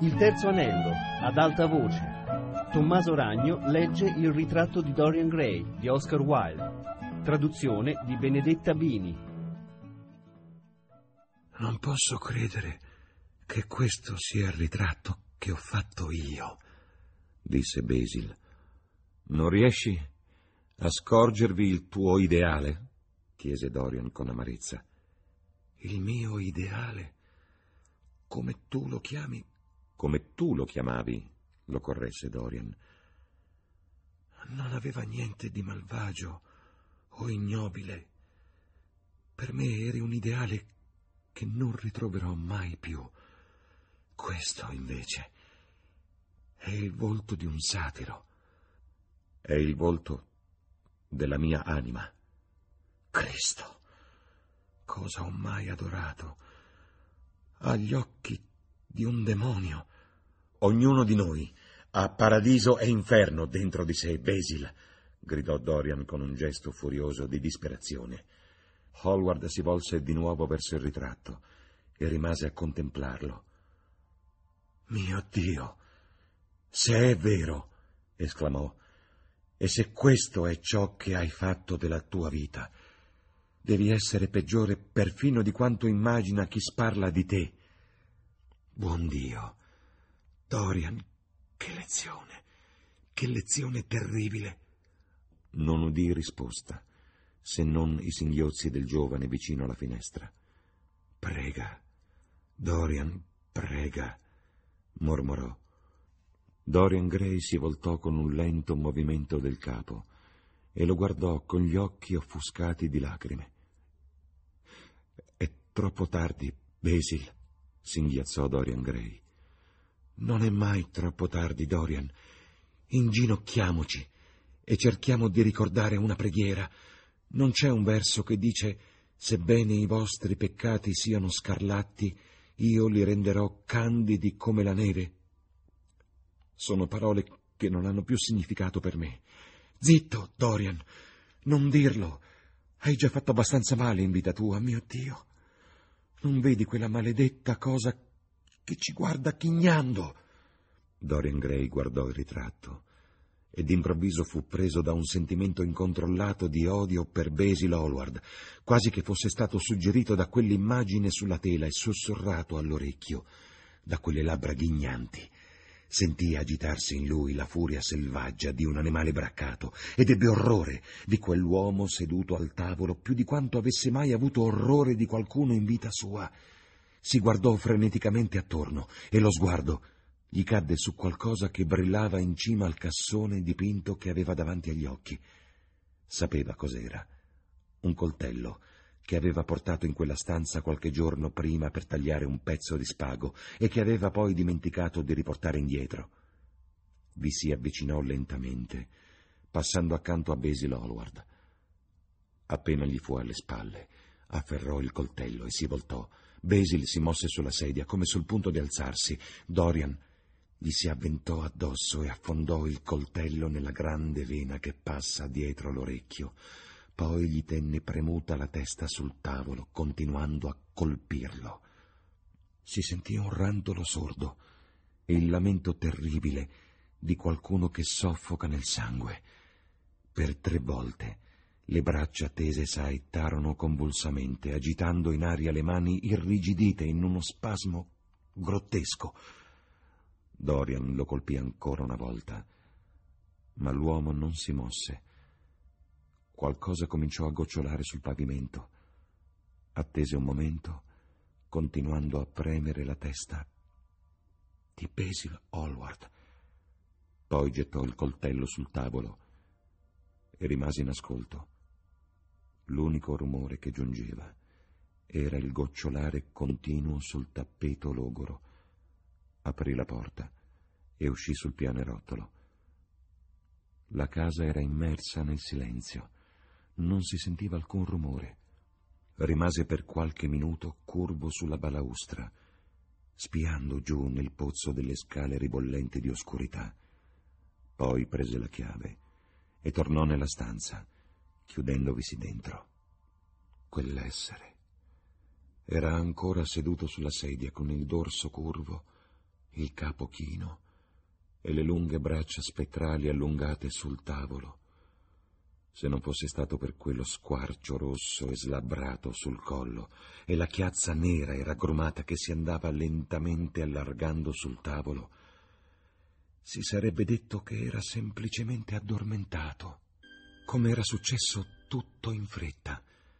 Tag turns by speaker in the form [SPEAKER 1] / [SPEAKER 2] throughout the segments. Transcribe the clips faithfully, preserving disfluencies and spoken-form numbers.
[SPEAKER 1] Il terzo anello, ad alta voce. Tommaso Ragno legge Il ritratto di Dorian Gray di Oscar Wilde. Traduzione di Benedetta Bini.
[SPEAKER 2] Non posso credere che questo sia il ritratto che ho fatto io, disse Basil. Non riesci a scorgervi il tuo ideale? Chiese Dorian con amarezza. Il mio ideale? Come tu lo chiami? Come tu lo chiamavi, lo corresse Dorian. Non aveva niente di malvagio o ignobile. Per me eri un ideale che non ritroverò mai più. Questo, invece, è il volto di un satiro. È il volto della mia anima. Cristo, cosa ho mai adorato? Ha gli occhi di un demonio. Ognuno di noi ha paradiso e inferno dentro di sé, Basil, gridò Dorian con un gesto furioso di disperazione. Hallward si volse di nuovo verso il ritratto e rimase a contemplarlo. Mio Dio, se è vero, esclamò, e se questo è ciò che hai fatto della tua vita, devi essere peggiore perfino di quanto immagina chi sparla di te. Buon Dio, Dorian, che lezione, che lezione terribile. Non udì risposta, se non i singhiozzi del giovane vicino alla finestra. Prega, Dorian, prega, mormorò. Dorian Gray si voltò con un lento movimento del capo e lo guardò con gli occhi offuscati di lacrime. È troppo tardi, Basil, singhiozzò Dorian Gray. Non è mai troppo tardi, Dorian. Inginocchiamoci e cerchiamo di ricordare una preghiera. Non c'è un verso che dice: sebbene i vostri peccati siano scarlatti, io li renderò candidi come la neve? Sono parole che non hanno più significato per me. Zitto, Dorian, non dirlo. Hai già fatto abbastanza male in vita tua, mio Dio. Non vedi quella maledetta cosa che ci guarda chignando? Dorian Gray guardò il ritratto e d'improvviso fu preso da un sentimento incontrollato di odio per Basil Hallward, quasi che fosse stato suggerito da quell'immagine sulla tela e sussurrato all'orecchio da quelle labbra ghignanti. Sentì agitarsi in lui la furia selvaggia di un animale braccato ed ebbe orrore di quell'uomo seduto al tavolo più di quanto avesse mai avuto orrore di qualcuno in vita sua. Si guardò freneticamente attorno e lo sguardo gli cadde su qualcosa che brillava in cima al cassone dipinto che aveva davanti agli occhi. Sapeva cos'era. Un coltello che aveva portato in quella stanza qualche giorno prima per tagliare un pezzo di spago e che aveva poi dimenticato di riportare indietro. Vi si avvicinò lentamente, passando accanto a Basil Hallward. Appena gli fu alle spalle, afferrò il coltello e si voltò. Basil si mosse sulla sedia, come sul punto di alzarsi. Dorian gli si avventò addosso e affondò il coltello nella grande vena che passa dietro l'orecchio. Poi gli tenne premuta la testa sul tavolo, continuando a colpirlo. Si sentì un rantolo sordo e il lamento terribile di qualcuno che soffoca nel sangue. Per tre volte le braccia tese saettarono convulsamente, agitando in aria le mani irrigidite in uno spasmo grottesco. Dorian lo colpì ancora una volta, ma l'uomo non si mosse. Qualcosa cominciò a gocciolare sul pavimento. Attese un momento, continuando a premere la testa di Basil Hallward. Poi gettò il coltello sul tavolo e rimase in ascolto. L'unico rumore che giungeva era il gocciolare continuo sul tappeto logoro. Aprì la porta e uscì sul pianerottolo. La casa era immersa nel silenzio. Non si sentiva alcun rumore. Rimase per qualche minuto curvo sulla balaustra, spiando giù nel pozzo delle scale ribollenti di oscurità. Poi prese la chiave e tornò nella stanza, chiudendovisi dentro. Quell'essere era ancora seduto sulla sedia con il dorso curvo, il capo chino e le lunghe braccia spettrali allungate sul tavolo. Se non fosse stato per quello squarcio rosso e slabbrato sul collo e la chiazza nera e raggrumata che si andava lentamente allargando sul tavolo, si sarebbe detto che era semplicemente addormentato, come era successo tutto in fretta.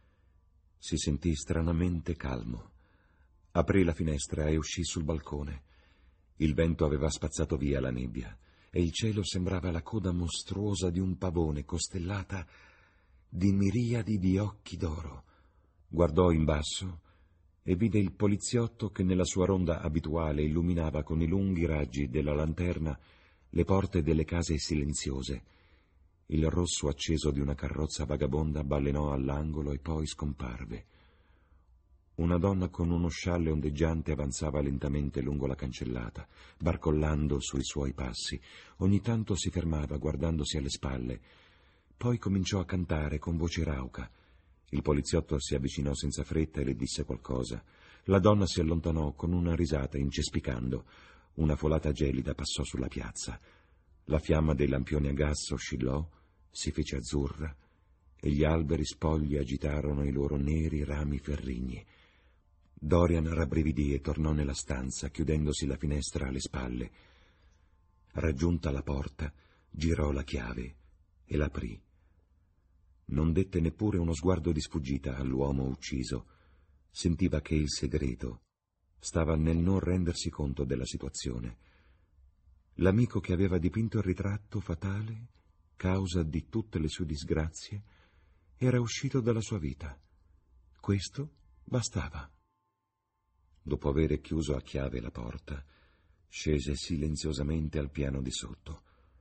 [SPEAKER 2] Si sentì stranamente calmo. Aprì la finestra e uscì sul balcone. Il vento aveva spazzato via la nebbia e il cielo sembrava la coda mostruosa di un pavone costellata di miriadi di occhi d'oro. Guardò in basso e vide il poliziotto che nella sua ronda abituale illuminava con i lunghi raggi della lanterna le porte delle case silenziose. Il rosso acceso di una carrozza vagabonda balenò all'angolo e poi scomparve. Una donna con uno scialle ondeggiante avanzava lentamente lungo la cancellata, barcollando sui suoi passi. Ogni tanto si fermava guardandosi alle spalle. Poi cominciò a cantare con voce rauca. Il poliziotto si avvicinò senza fretta e le disse qualcosa. La donna si allontanò con una risata incespicando. Una folata gelida passò sulla piazza. La fiamma dei lampioni a gas oscillò, si fece azzurra e gli alberi spogli agitarono i loro neri rami ferrigni. Dorian rabbrividì e tornò nella stanza, chiudendosi la finestra alle spalle. Raggiunta la porta, girò la chiave e l'aprì. Non dette neppure uno sguardo di sfuggita all'uomo ucciso. Sentiva che il segreto stava nel non rendersi conto della situazione. L'amico che aveva dipinto il ritratto fatale, causa di tutte le sue disgrazie, era uscito dalla sua vita. Questo bastava. Dopo aver chiuso a chiave la porta, scese silenziosamente al piano di sotto.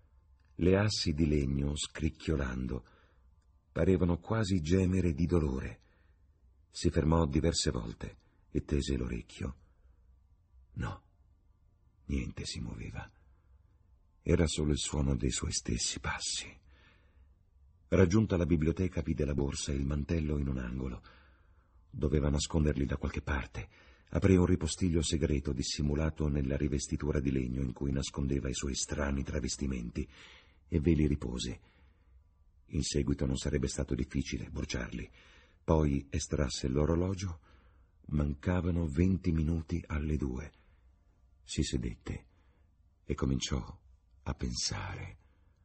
[SPEAKER 2] Le assi di legno, scricchiolando, parevano quasi gemere di dolore. Si fermò diverse volte e tese l'orecchio. No, niente si muoveva. Era solo il suono dei suoi stessi passi. Raggiunta la biblioteca, vide la borsa e il mantello in un angolo. Doveva nasconderli da qualche parte. Aprì un ripostiglio segreto dissimulato nella rivestitura di legno in cui nascondeva i suoi strani travestimenti e ve li ripose. In seguito non sarebbe stato difficile bruciarli. Poi estrasse l'orologio. Mancavano venti minuti alle due. Si sedette e cominciò a pensare.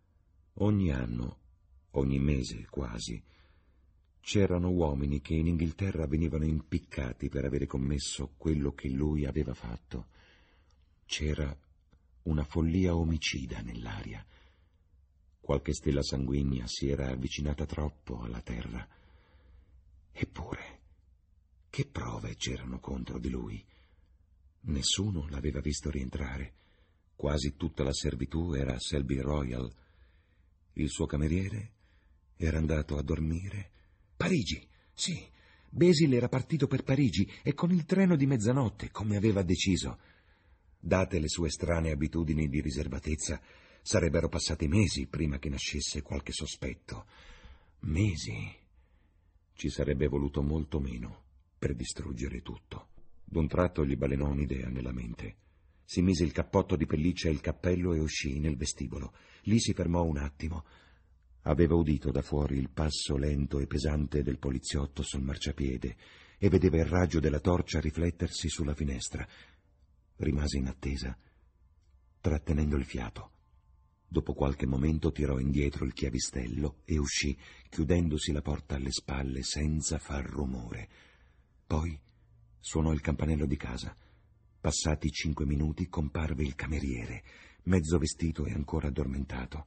[SPEAKER 2] Ogni anno, ogni mese quasi, c'erano uomini che in Inghilterra venivano impiccati per avere commesso quello che lui aveva fatto. C'era una follia omicida nell'aria. Qualche stella sanguigna si era avvicinata troppo alla terra. Eppure, che prove c'erano contro di lui? Nessuno l'aveva visto rientrare. Quasi tutta la servitù era a Selby Royal. Il suo cameriere era andato a dormire. Parigi, sì, Basil era partito per Parigi e con il treno di mezzanotte, come aveva deciso. Date le sue strane abitudini di riservatezza, sarebbero passati mesi prima che nascesse qualche sospetto. Mesi. Ci sarebbe voluto molto meno per distruggere tutto. D'un tratto gli balenò un'idea nella mente. Si mise il cappotto di pelliccia e il cappello e uscì nel vestibolo. Lì si fermò un attimo. Aveva udito da fuori il passo lento e pesante del poliziotto sul marciapiede e vedeva il raggio della torcia riflettersi sulla finestra. Rimase in attesa, trattenendo il fiato. Dopo qualche momento tirò indietro il chiavistello e uscì, chiudendosi la porta alle spalle senza far rumore. Poi suonò il campanello di casa. Passati cinque minuti comparve il cameriere, mezzo vestito e ancora addormentato.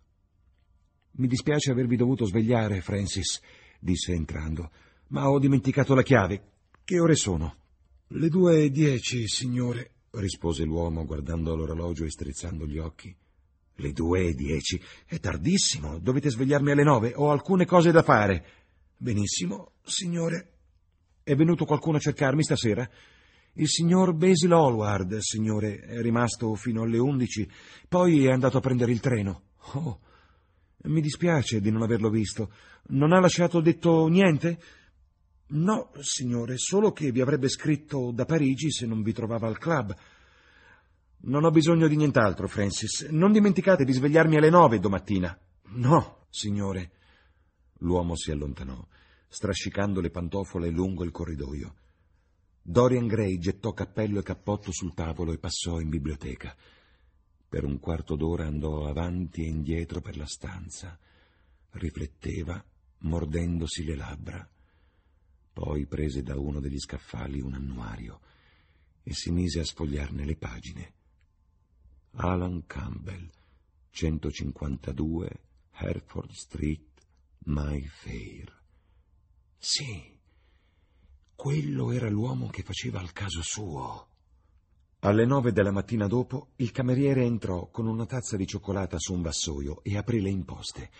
[SPEAKER 2] «Mi dispiace avervi dovuto svegliare, Francis», disse entrando, «ma ho dimenticato la chiave. Che ore sono?» «Le due e dieci, signore», rispose l'uomo guardando l'orologio e strizzando gli occhi. «Le due e dieci? È tardissimo. Dovete svegliarmi alle nove. Ho alcune cose da fare». «Benissimo, signore». «È venuto qualcuno a cercarmi stasera?» «Il signor Basil Hallward, signore. È rimasto fino alle undici. Poi è andato a prendere il treno». «Oh, mi dispiace di non averlo visto. Non ha lasciato detto niente?» «No, signore, solo che vi avrebbe scritto da Parigi se non vi trovava al club». Non ho bisogno di nient'altro, Francis. Non dimenticate di svegliarmi alle nove domattina. No, signore. L'uomo si allontanò, strascicando le pantofole lungo il corridoio. Dorian Gray gettò cappello e cappotto sul tavolo e passò in biblioteca. Per un quarto d'ora andò avanti e indietro per la stanza. Rifletteva, mordendosi le labbra. Poi prese da uno degli scaffali un annuario e si mise a sfogliarne le pagine. Alan Campbell, centocinquantadue Hertford Street, Mayfair. Sì, quello era l'uomo che faceva al caso suo. Alle nove della mattina dopo, il cameriere entrò con una tazza di cioccolata su un vassoio e aprì le imposte.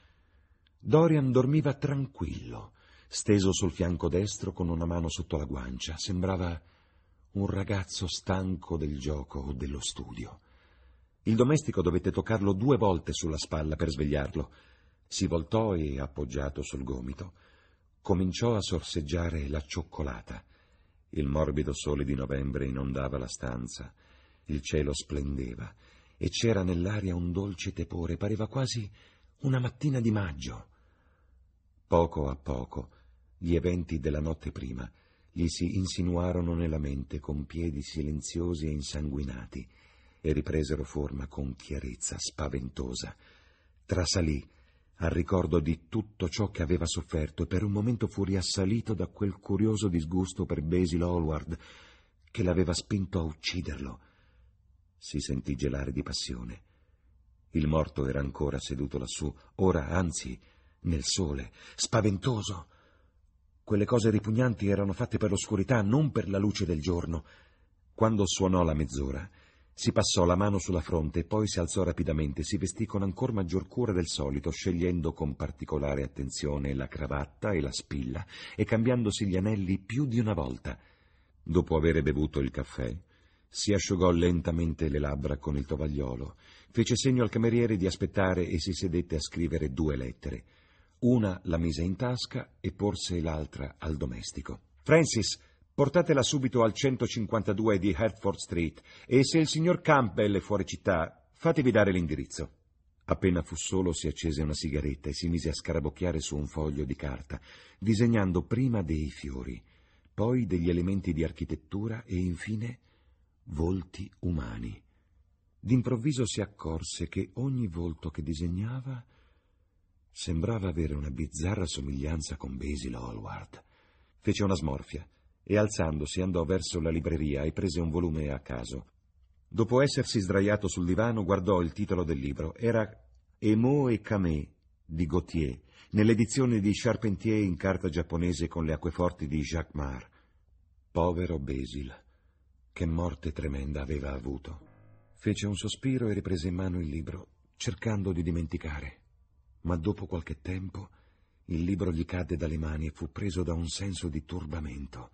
[SPEAKER 2] Dorian dormiva tranquillo, steso sul fianco destro con una mano sotto la guancia. Sembrava un ragazzo stanco del gioco o dello studio. Il domestico dovette toccarlo due volte sulla spalla per svegliarlo. Si voltò e, appoggiato sul gomito, cominciò a sorseggiare la cioccolata. Il morbido sole di novembre inondava la stanza, il cielo splendeva e c'era nell'aria un dolce tepore, pareva quasi una mattina di maggio. Poco a poco gli eventi della notte prima gli si insinuarono nella mente con piedi silenziosi e insanguinati e ripresero forma con chiarezza spaventosa. Trasalì al ricordo di tutto ciò che aveva sofferto e per un momento fu riassalito da quel curioso disgusto per Basil Hallward che l'aveva spinto a ucciderlo. Si sentì gelare di passione. Il morto era ancora seduto lassù, ora anzi nel sole, spaventoso. Quelle cose ripugnanti erano fatte per l'oscurità, non per la luce del giorno. Quando suonò la mezz'ora, si passò la mano sulla fronte e poi si alzò rapidamente, si vestì con ancor maggior cura del solito, scegliendo con particolare attenzione la cravatta e la spilla e cambiandosi gli anelli più di una volta. Dopo avere bevuto il caffè, si asciugò lentamente le labbra con il tovagliolo, fece segno al cameriere di aspettare e si sedette a scrivere due lettere. Una la mise in tasca e porse l'altra al domestico. Francis, portatela subito al centocinquantadue di Hertford Street e se il signor Campbell è fuori città, fatevi dare l'indirizzo. Appena fu solo si accese una sigaretta e si mise a scarabocchiare su un foglio di carta, disegnando prima dei fiori, poi degli elementi di architettura e infine volti umani. D'improvviso si accorse che ogni volto che disegnava sembrava avere una bizzarra somiglianza con Basil Hallward. Fece una smorfia e alzandosi andò verso la libreria e prese un volume a caso. Dopo essersi sdraiato sul divano guardò il titolo del libro. Era Emo et Camé di Gautier, nell'edizione di Charpentier in carta giapponese con le acqueforti di Jacques Marr. Povero Basil, che morte tremenda aveva avuto. Fece un sospiro e riprese in mano il libro, cercando di dimenticare. Ma dopo qualche tempo il libro gli cadde dalle mani e fu preso da un senso di turbamento.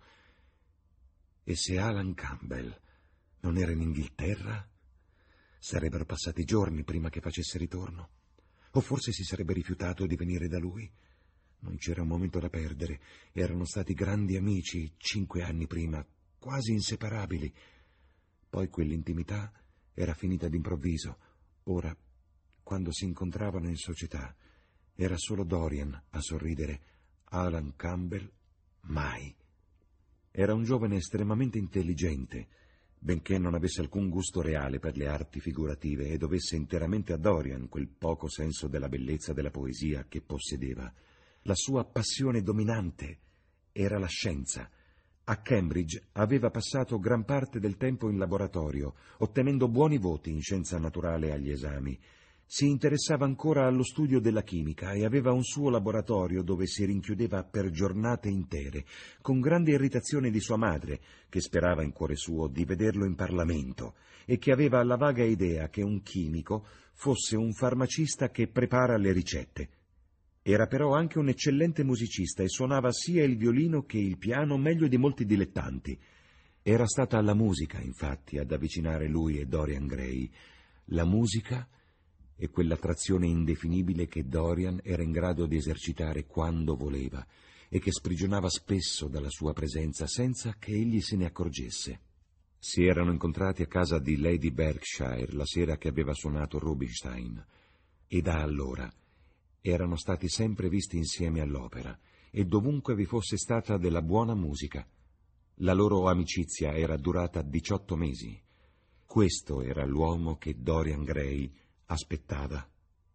[SPEAKER 2] E se Alan Campbell non era in Inghilterra? Sarebbero passati giorni prima che facesse ritorno. O forse si sarebbe rifiutato di venire da lui. Non c'era un momento da perdere. Erano stati grandi amici cinque anni prima, quasi inseparabili. Poi quell'intimità era finita d'improvviso. Ora, quando si incontravano in società, era solo Dorian a sorridere. Alan Campbell, mai. Era un giovane estremamente intelligente, benché non avesse alcun gusto reale per le arti figurative e dovesse interamente a Dorian quel poco senso della bellezza della poesia che possedeva. La sua passione dominante era la scienza. A Cambridge aveva passato gran parte del tempo in laboratorio, ottenendo buoni voti in scienza naturale agli esami. Si interessava ancora allo studio della chimica e aveva un suo laboratorio dove si rinchiudeva per giornate intere, con grande irritazione di sua madre, che sperava in cuore suo di vederlo in Parlamento e che aveva la vaga idea che un chimico fosse un farmacista che prepara le ricette. Era però anche un eccellente musicista e suonava sia il violino che il piano meglio di molti dilettanti. Era stata la musica, infatti, ad avvicinare lui e Dorian Gray. La musica e quell'attrazione indefinibile che Dorian era in grado di esercitare quando voleva e che sprigionava spesso dalla sua presenza senza che egli se ne accorgesse. Si erano incontrati a casa di Lady Berkshire la sera che aveva suonato Rubinstein, e da allora erano stati sempre visti insieme all'opera, e dovunque vi fosse stata della buona musica. La loro amicizia era durata diciotto mesi. Questo era l'uomo che Dorian Gray aspettava.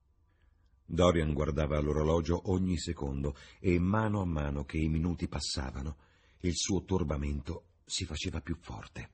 [SPEAKER 2] Dorian guardava l'orologio ogni secondo e mano a mano che i minuti passavano, il suo turbamento si faceva più forte.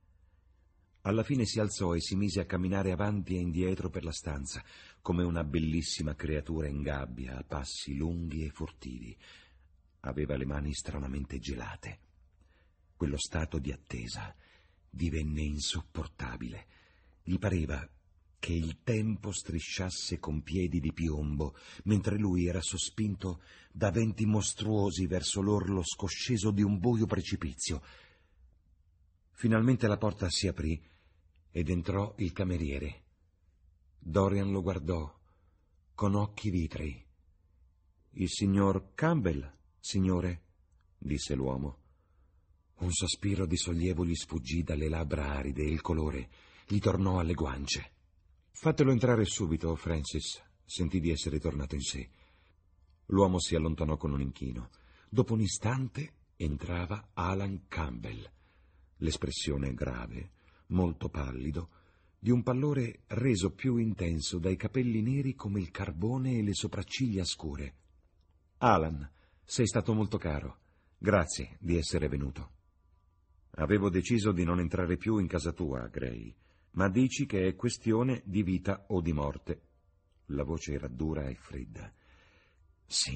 [SPEAKER 2] Alla fine si alzò e si mise a camminare avanti e indietro per la stanza, come una bellissima creatura in gabbia, a passi lunghi e furtivi. Aveva le mani stranamente gelate. Quello stato di attesa divenne insopportabile. Gli pareva che il tempo strisciasse con piedi di piombo, mentre lui era sospinto da venti mostruosi verso l'orlo scosceso di un buio precipizio. Finalmente la porta si aprì ed entrò il cameriere. Dorian lo guardò con occhi vitrei. «Il signor Campbell, signore?» disse l'uomo. Un sospiro di sollievo gli sfuggì dalle labbra aride e il colore gli tornò alle guance. «Fatelo entrare subito, Francis», sentì di essere tornato in sé. L'uomo si allontanò con un inchino. Dopo un istante entrava Alan Campbell, l'espressione grave, molto pallido, di un pallore reso più intenso dai capelli neri come il carbone e le sopracciglia scure. «Alan, sei stato molto caro. Grazie di essere venuto. Avevo deciso di non entrare più in casa tua, Gray, ma dici che è questione di vita o di morte». La voce era dura e fredda. «Sì,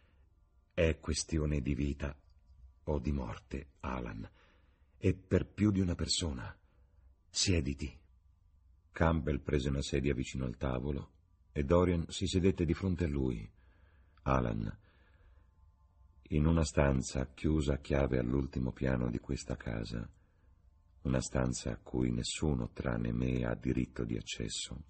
[SPEAKER 2] è questione di vita o di morte, Alan, e per più di una persona. Siediti». Campbell prese una sedia vicino al tavolo e Dorian si sedette di fronte a lui. «Alan, in una stanza chiusa a chiave all'ultimo piano di questa casa, una stanza a cui nessuno tranne me ha diritto di accesso,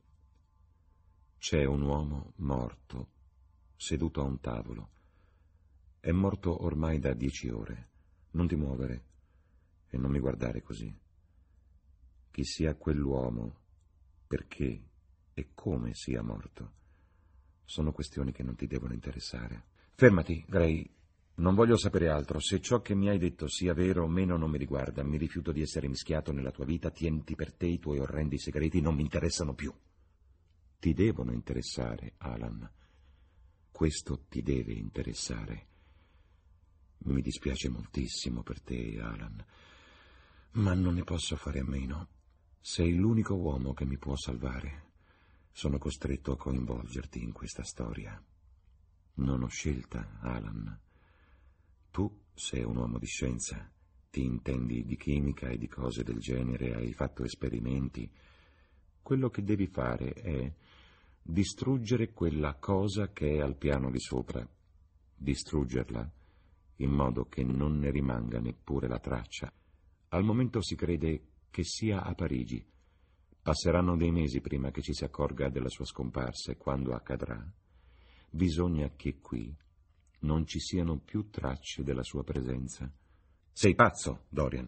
[SPEAKER 2] c'è un uomo morto, seduto a un tavolo. È morto ormai da dieci ore. Non ti muovere e non mi guardare così. Chi sia quell'uomo, perché e come sia morto, sono questioni che non ti devono interessare. Fermati, Gray. Non voglio sapere altro. Se ciò che mi hai detto sia vero o meno non mi riguarda. Mi rifiuto di essere mischiato nella tua vita. Tienti per te i tuoi orrendi segreti, non mi interessano più. Ti devono interessare, Alan. Questo ti deve interessare. Mi dispiace moltissimo per te, Alan, ma non ne posso fare a meno. Sei l'unico uomo che mi può salvare. Sono costretto a coinvolgerti in questa storia. Non ho scelta, Alan. Tu sei un uomo di scienza, ti intendi di chimica e di cose del genere, hai fatto esperimenti. Quello che devi fare è distruggere quella cosa che è al piano di sopra, distruggerla in modo che non ne rimanga neppure la traccia. Al momento si crede che sia a Parigi. Passeranno dei mesi prima che ci si accorga della sua scomparsa e quando accadrà, bisogna che qui non ci siano più tracce della sua presenza. Sei pazzo, Dorian.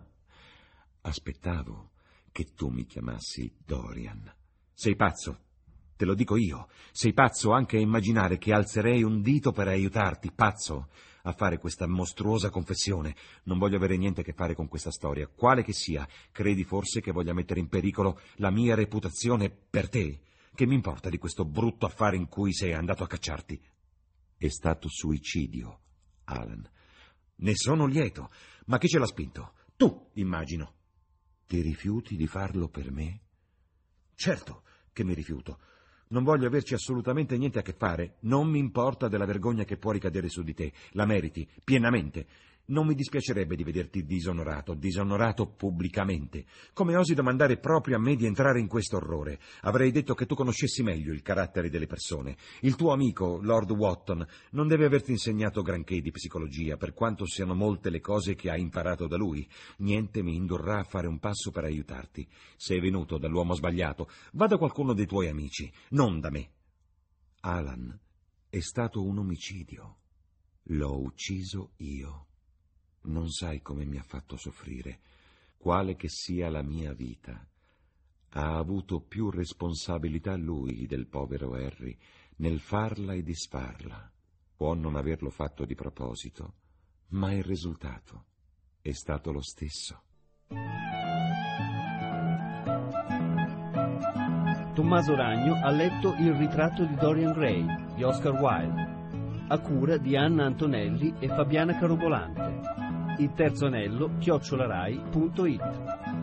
[SPEAKER 2] Aspettavo che tu mi chiamassi Dorian. Sei pazzo, te lo dico io. Sei pazzo anche a immaginare che alzerei un dito per aiutarti, pazzo a fare questa mostruosa confessione. Non voglio avere niente a che fare con questa storia, quale che sia. Credi forse che voglia mettere in pericolo la mia reputazione per te? Che mi importa di questo brutto affare in cui sei andato a cacciarti? È stato suicidio, Alan. Ne sono lieto, ma chi ce l'ha spinto? Tu, immagino. Ti rifiuti di farlo per me? Certo che mi rifiuto. Non voglio averci assolutamente niente a che fare. Non mi importa della vergogna che può ricadere su di te. La meriti, pienamente. Non mi dispiacerebbe di vederti disonorato, disonorato pubblicamente. Come osi domandare proprio a me di entrare in questo orrore? Avrei detto che tu conoscessi meglio il carattere delle persone. Il tuo amico, Lord Wotton, non deve averti insegnato granché di psicologia, per quanto siano molte le cose che hai imparato da lui. Niente mi indurrà a fare un passo per aiutarti. Sei venuto dall'uomo sbagliato. Va da qualcuno dei tuoi amici, non da me. Alan, è stato un omicidio. L'ho ucciso io. Non sai come mi ha fatto soffrire. quale che sia la mia vita, ha avuto più responsabilità lui del povero Harry nel farla e disfarla. Può non averlo fatto di proposito, ma il risultato è stato lo stesso.
[SPEAKER 1] Tommaso Ragno ha letto Il ritratto di Dorian Gray di Oscar Wilde, a cura di Anna Antonelli e Fabiana Carobolante. Il terzo anello chiocciolarai punto it.